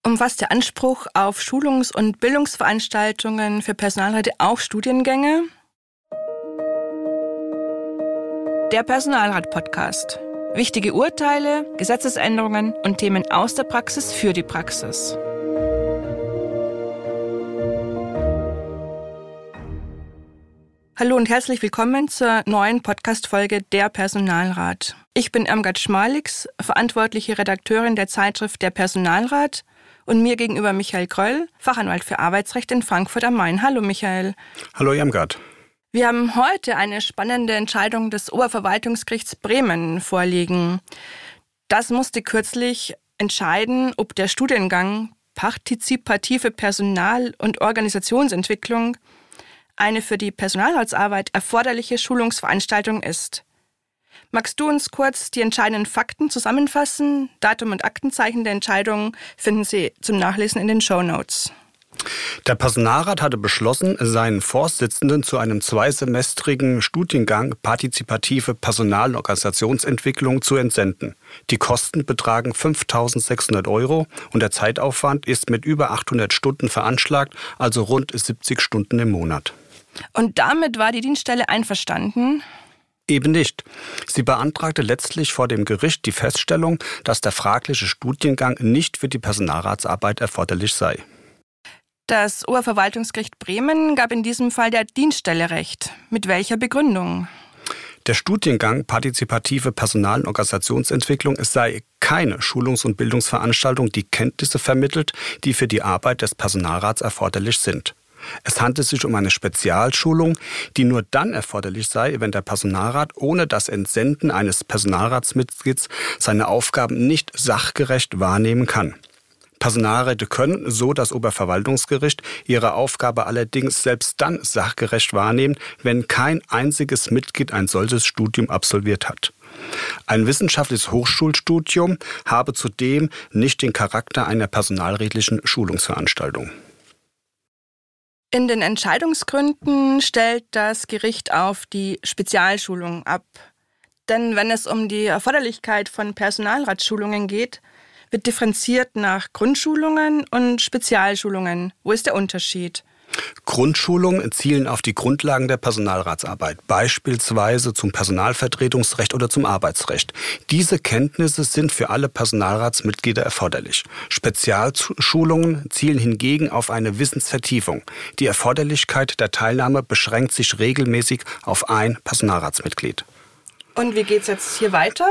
Umfasst der Anspruch auf Schulungs- und Bildungsveranstaltungen für Personalräte auch Studiengänge? Der Personalrat-Podcast. Wichtige Urteile, Gesetzesänderungen und Themen aus der Praxis für die Praxis. Hallo und herzlich willkommen zur neuen Podcast-Folge Der Personalrat. Ich bin Irmgard Schmalix, verantwortliche Redakteurin der Zeitschrift Der Personalrat, und mir gegenüber Michael Kröll, Fachanwalt für Arbeitsrecht in Frankfurt am Main. Hallo Michael. Hallo Irmgard. Wir haben heute eine spannende Entscheidung des Oberverwaltungsgerichts Bremen vorliegen. Das musste kürzlich entscheiden, ob der Studiengang Partizipative Personal- und Organisationsentwicklung eine für die Personalratsarbeit erforderliche Schulungsveranstaltung ist. Magst du uns kurz die entscheidenden Fakten zusammenfassen? Datum und Aktenzeichen der Entscheidung finden Sie zum Nachlesen in den Shownotes. Der Personalrat hatte beschlossen, seinen Vorsitzenden zu einem zweisemestrigen Studiengang Partizipative Personal- und Organisationsentwicklung zu entsenden. Die Kosten betragen 5.600 € und der Zeitaufwand ist mit über 800 Stunden veranschlagt, also rund 70 Stunden im Monat. Und damit war die Dienststelle einverstanden? Eben nicht. Sie beantragte letztlich vor dem Gericht die Feststellung, dass der fragliche Studiengang nicht für die Personalratsarbeit erforderlich sei. Das Oberverwaltungsgericht Bremen gab in diesem Fall der Dienststelle Recht. Mit welcher Begründung? Der Studiengang Partizipative Personal- und Organisationsentwicklung sei keine Schulungs- und Bildungsveranstaltung, die Kenntnisse vermittelt, die für die Arbeit des Personalrats erforderlich sind. Es handelt sich um eine Spezialschulung, die nur dann erforderlich sei, wenn der Personalrat ohne das Entsenden eines Personalratsmitglieds seine Aufgaben nicht sachgerecht wahrnehmen kann. Personalräte können, so das Oberverwaltungsgericht, ihre Aufgabe allerdings selbst dann sachgerecht wahrnehmen, wenn kein einziges Mitglied ein solches Studium absolviert hat. Ein wissenschaftliches Hochschulstudium habe zudem nicht den Charakter einer personalrechtlichen Schulungsveranstaltung. In den Entscheidungsgründen stellt das Gericht auf die Spezialschulung ab. Denn wenn es um die Erforderlichkeit von Personalratsschulungen geht, wird differenziert nach Grundschulungen und Spezialschulungen. Wo ist der Unterschied? Grundschulungen zielen auf die Grundlagen der Personalratsarbeit, beispielsweise zum Personalvertretungsrecht oder zum Arbeitsrecht. Diese Kenntnisse sind für alle Personalratsmitglieder erforderlich. Spezialschulungen zielen hingegen auf eine Wissensvertiefung. Die Erforderlichkeit der Teilnahme beschränkt sich regelmäßig auf ein Personalratsmitglied. Und wie geht's jetzt hier weiter?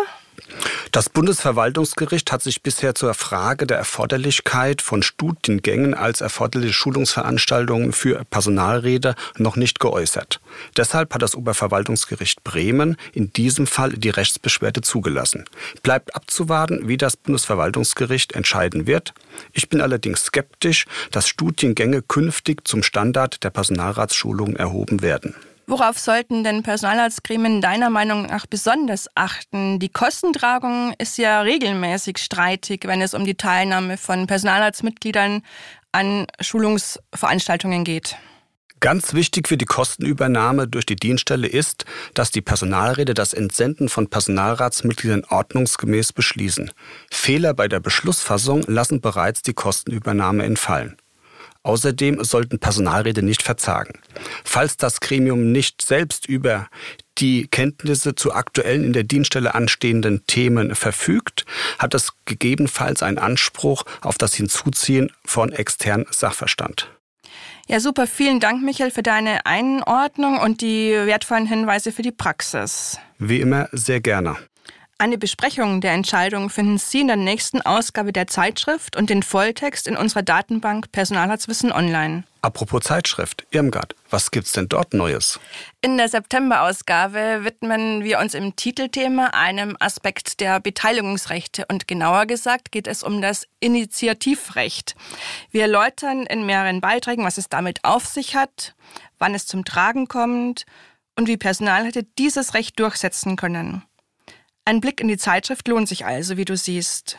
Das Bundesverwaltungsgericht hat sich bisher zur Frage der Erforderlichkeit von Studiengängen als erforderliche Schulungsveranstaltungen für Personalräte noch nicht geäußert. Deshalb hat das Oberverwaltungsgericht Bremen in diesem Fall die Rechtsbeschwerde zugelassen. Bleibt abzuwarten, wie das Bundesverwaltungsgericht entscheiden wird. Ich bin allerdings skeptisch, dass Studiengänge künftig zum Standard der Personalratsschulungen erhoben werden. Worauf sollten denn Personalratsgremien deiner Meinung nach besonders achten? Die Kostentragung ist ja regelmäßig streitig, wenn es um die Teilnahme von Personalratsmitgliedern an Schulungsveranstaltungen geht. Ganz wichtig für die Kostenübernahme durch die Dienststelle ist, dass die Personalräte das Entsenden von Personalratsmitgliedern ordnungsgemäß beschließen. Fehler bei der Beschlussfassung lassen bereits die Kostenübernahme entfallen. Außerdem sollten Personalräte nicht verzagen. Falls das Gremium nicht selbst über die Kenntnisse zu aktuellen in der Dienststelle anstehenden Themen verfügt, hat es gegebenenfalls einen Anspruch auf das Hinzuziehen von externen Sachverstand. Ja, super. Vielen Dank, Michael, für deine Einordnung und die wertvollen Hinweise für die Praxis. Wie immer, sehr gerne. Eine Besprechung der Entscheidung finden Sie in der nächsten Ausgabe der Zeitschrift und den Volltext in unserer Datenbank Personalratswissen online. Apropos Zeitschrift, Irmgard, was gibt's denn dort Neues? In der September-Ausgabe widmen wir uns im Titelthema einem Aspekt der Beteiligungsrechte und genauer gesagt geht es um das Initiativrecht. Wir erläutern in mehreren Beiträgen, was es damit auf sich hat, wann es zum Tragen kommt und wie Personalräte dieses Recht durchsetzen können. Ein Blick in die Zeitschrift lohnt sich also, wie du siehst.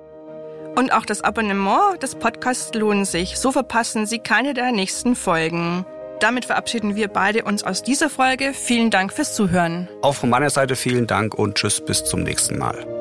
Und auch das Abonnement des Podcasts lohnt sich. So verpassen Sie keine der nächsten Folgen. Damit verabschieden wir beide uns aus dieser Folge. Vielen Dank fürs Zuhören. Auch von meiner Seite vielen Dank und tschüss, bis zum nächsten Mal.